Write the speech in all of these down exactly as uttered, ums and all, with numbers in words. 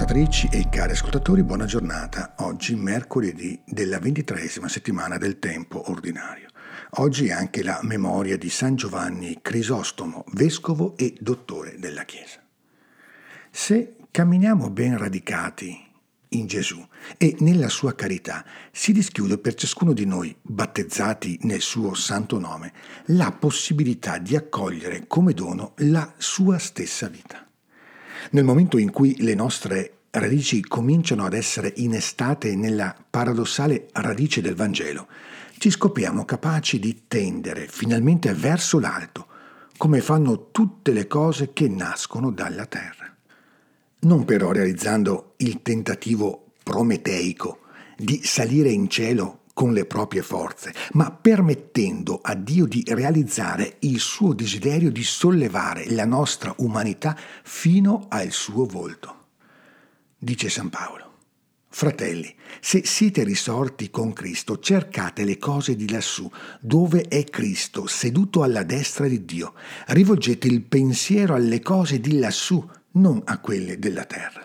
ascoltatrici e cari ascoltatori, buona giornata. Oggi mercoledì della ventitreesima settimana del tempo ordinario. Oggi è anche la memoria di San Giovanni Crisostomo, vescovo e dottore della Chiesa. Se camminiamo ben radicati in Gesù e nella sua carità, si dischiude per ciascuno di noi, battezzati nel suo santo nome, la possibilità di accogliere come dono la sua stessa vita. Nel momento in cui le nostre radici cominciano ad essere innestate nella paradossale radice del Vangelo, ci scopriamo capaci di tendere finalmente verso l'alto, come fanno tutte le cose che nascono dalla terra. Non però realizzando il tentativo prometeico di salire in cielo con le proprie forze, ma permettendo a Dio di realizzare il suo desiderio di sollevare la nostra umanità fino al suo volto. Dice San Paolo: fratelli, se siete risorti con Cristo, cercate le cose di lassù, dove è Cristo, seduto alla destra di Dio. Rivolgete il pensiero alle cose di lassù, non a quelle della terra.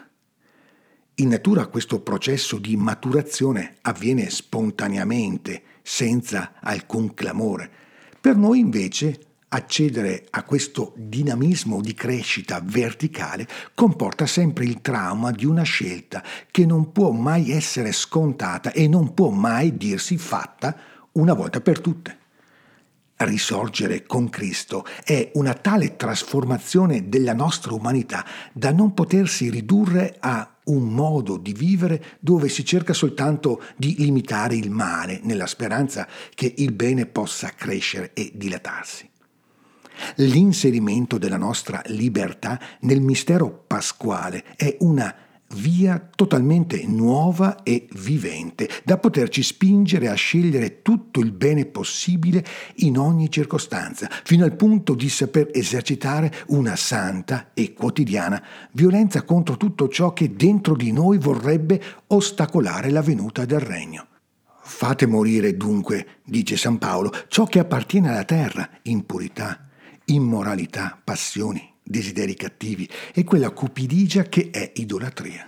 In natura questo processo di maturazione avviene spontaneamente, senza alcun clamore. Per noi invece accedere a questo dinamismo di crescita verticale comporta sempre il trauma di una scelta che non può mai essere scontata e non può mai dirsi fatta una volta per tutte. Risorgere con Cristo è una tale trasformazione della nostra umanità da non potersi ridurre a un modo di vivere dove si cerca soltanto di limitare il male nella speranza che il bene possa crescere e dilatarsi. L'inserimento della nostra libertà nel mistero pasquale è una via totalmente nuova e vivente, da poterci spingere a scegliere tutto il bene possibile in ogni circostanza, fino al punto di saper esercitare una santa e quotidiana violenza contro tutto ciò che dentro di noi vorrebbe ostacolare la venuta del regno. Fate morire dunque, dice San Paolo, ciò che appartiene alla terra: impurità, immoralità, passioni, desideri cattivi e quella cupidigia che è idolatria.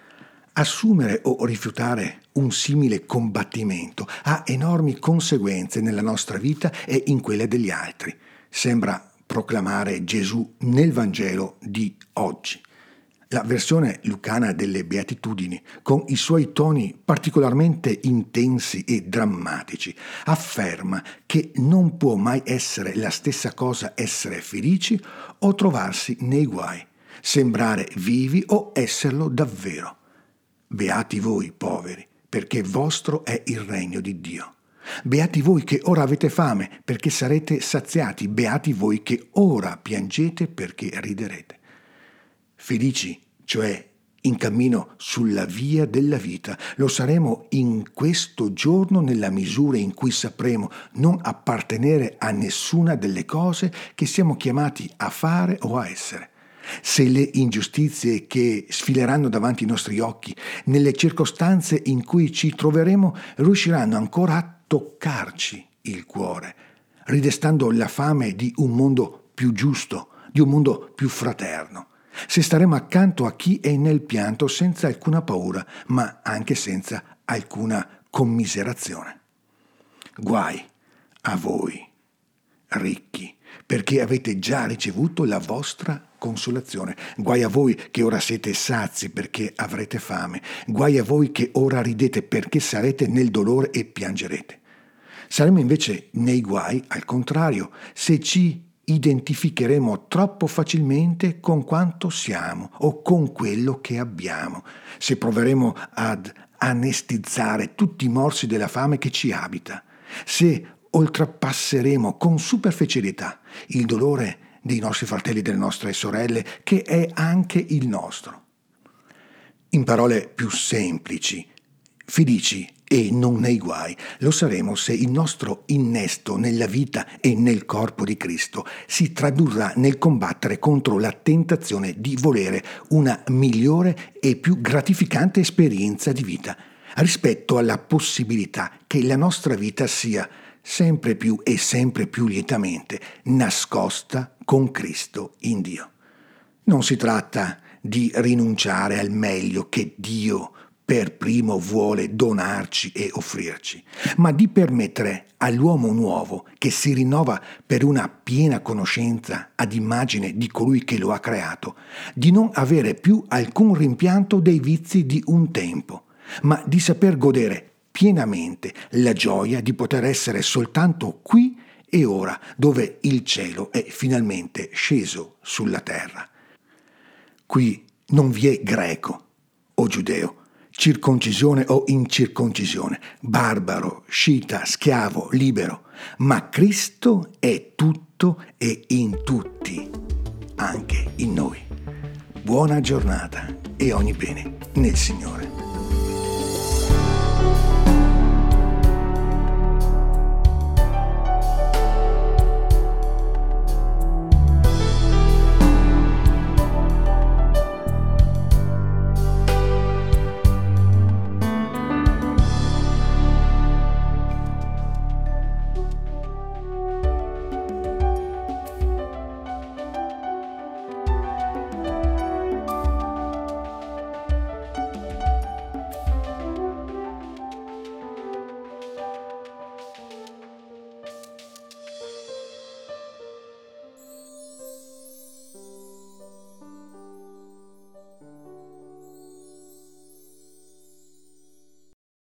Assumere o rifiutare un simile combattimento ha enormi conseguenze nella nostra vita e in quella degli altri. Sembra proclamare Gesù nel Vangelo di oggi. La versione lucana delle Beatitudini, con i suoi toni particolarmente intensi e drammatici, afferma che non può mai essere la stessa cosa essere felici o trovarsi nei guai, sembrare vivi o esserlo davvero. Beati voi, poveri, perché vostro è il regno di Dio. Beati voi che ora avete fame, perché sarete saziati. Beati voi che ora piangete, perché riderete. Felici, cioè in cammino sulla via della vita, lo saremo in questo giorno nella misura in cui sapremo non appartenere a nessuna delle cose che siamo chiamati a fare o a essere. Se le ingiustizie che sfileranno davanti ai nostri occhi, nelle circostanze in cui ci troveremo, riusciranno ancora a toccarci il cuore, ridestando la fame di un mondo più giusto, di un mondo più fraterno. Se staremo accanto a chi è nel pianto senza alcuna paura, ma anche senza alcuna commiserazione. Guai a voi, ricchi, perché avete già ricevuto la vostra consolazione. Guai a voi che ora siete sazi, perché avrete fame. Guai a voi che ora ridete, perché sarete nel dolore e piangerete. Saremo invece nei guai, al contrario, se ci identificheremo troppo facilmente con quanto siamo o con quello che abbiamo, se proveremo ad anestizzare tutti i morsi della fame che ci abita, se oltrepasseremo con superficialità il dolore dei nostri fratelli e delle nostre sorelle, che è anche il nostro. In parole più semplici, felici e non nei guai, lo saremo se il nostro innesto nella vita e nel corpo di Cristo si tradurrà nel combattere contro la tentazione di volere una migliore e più gratificante esperienza di vita, rispetto alla possibilità che la nostra vita sia sempre più e sempre più lietamente nascosta con Cristo in Dio. Non si tratta di rinunciare al meglio che Dio per primo vuole donarci e offrirci, ma di permettere all'uomo nuovo, che si rinnova per una piena conoscenza ad immagine di colui che lo ha creato, di non avere più alcun rimpianto dei vizi di un tempo, ma di saper godere pienamente la gioia di poter essere soltanto qui e ora, dove il cielo è finalmente sceso sulla terra. Qui non vi è greco o giudeo, circoncisione o incirconcisione, barbaro, scita, schiavo, libero, ma Cristo è tutto e in tutti, anche in noi. Buona giornata e ogni bene nel Signore.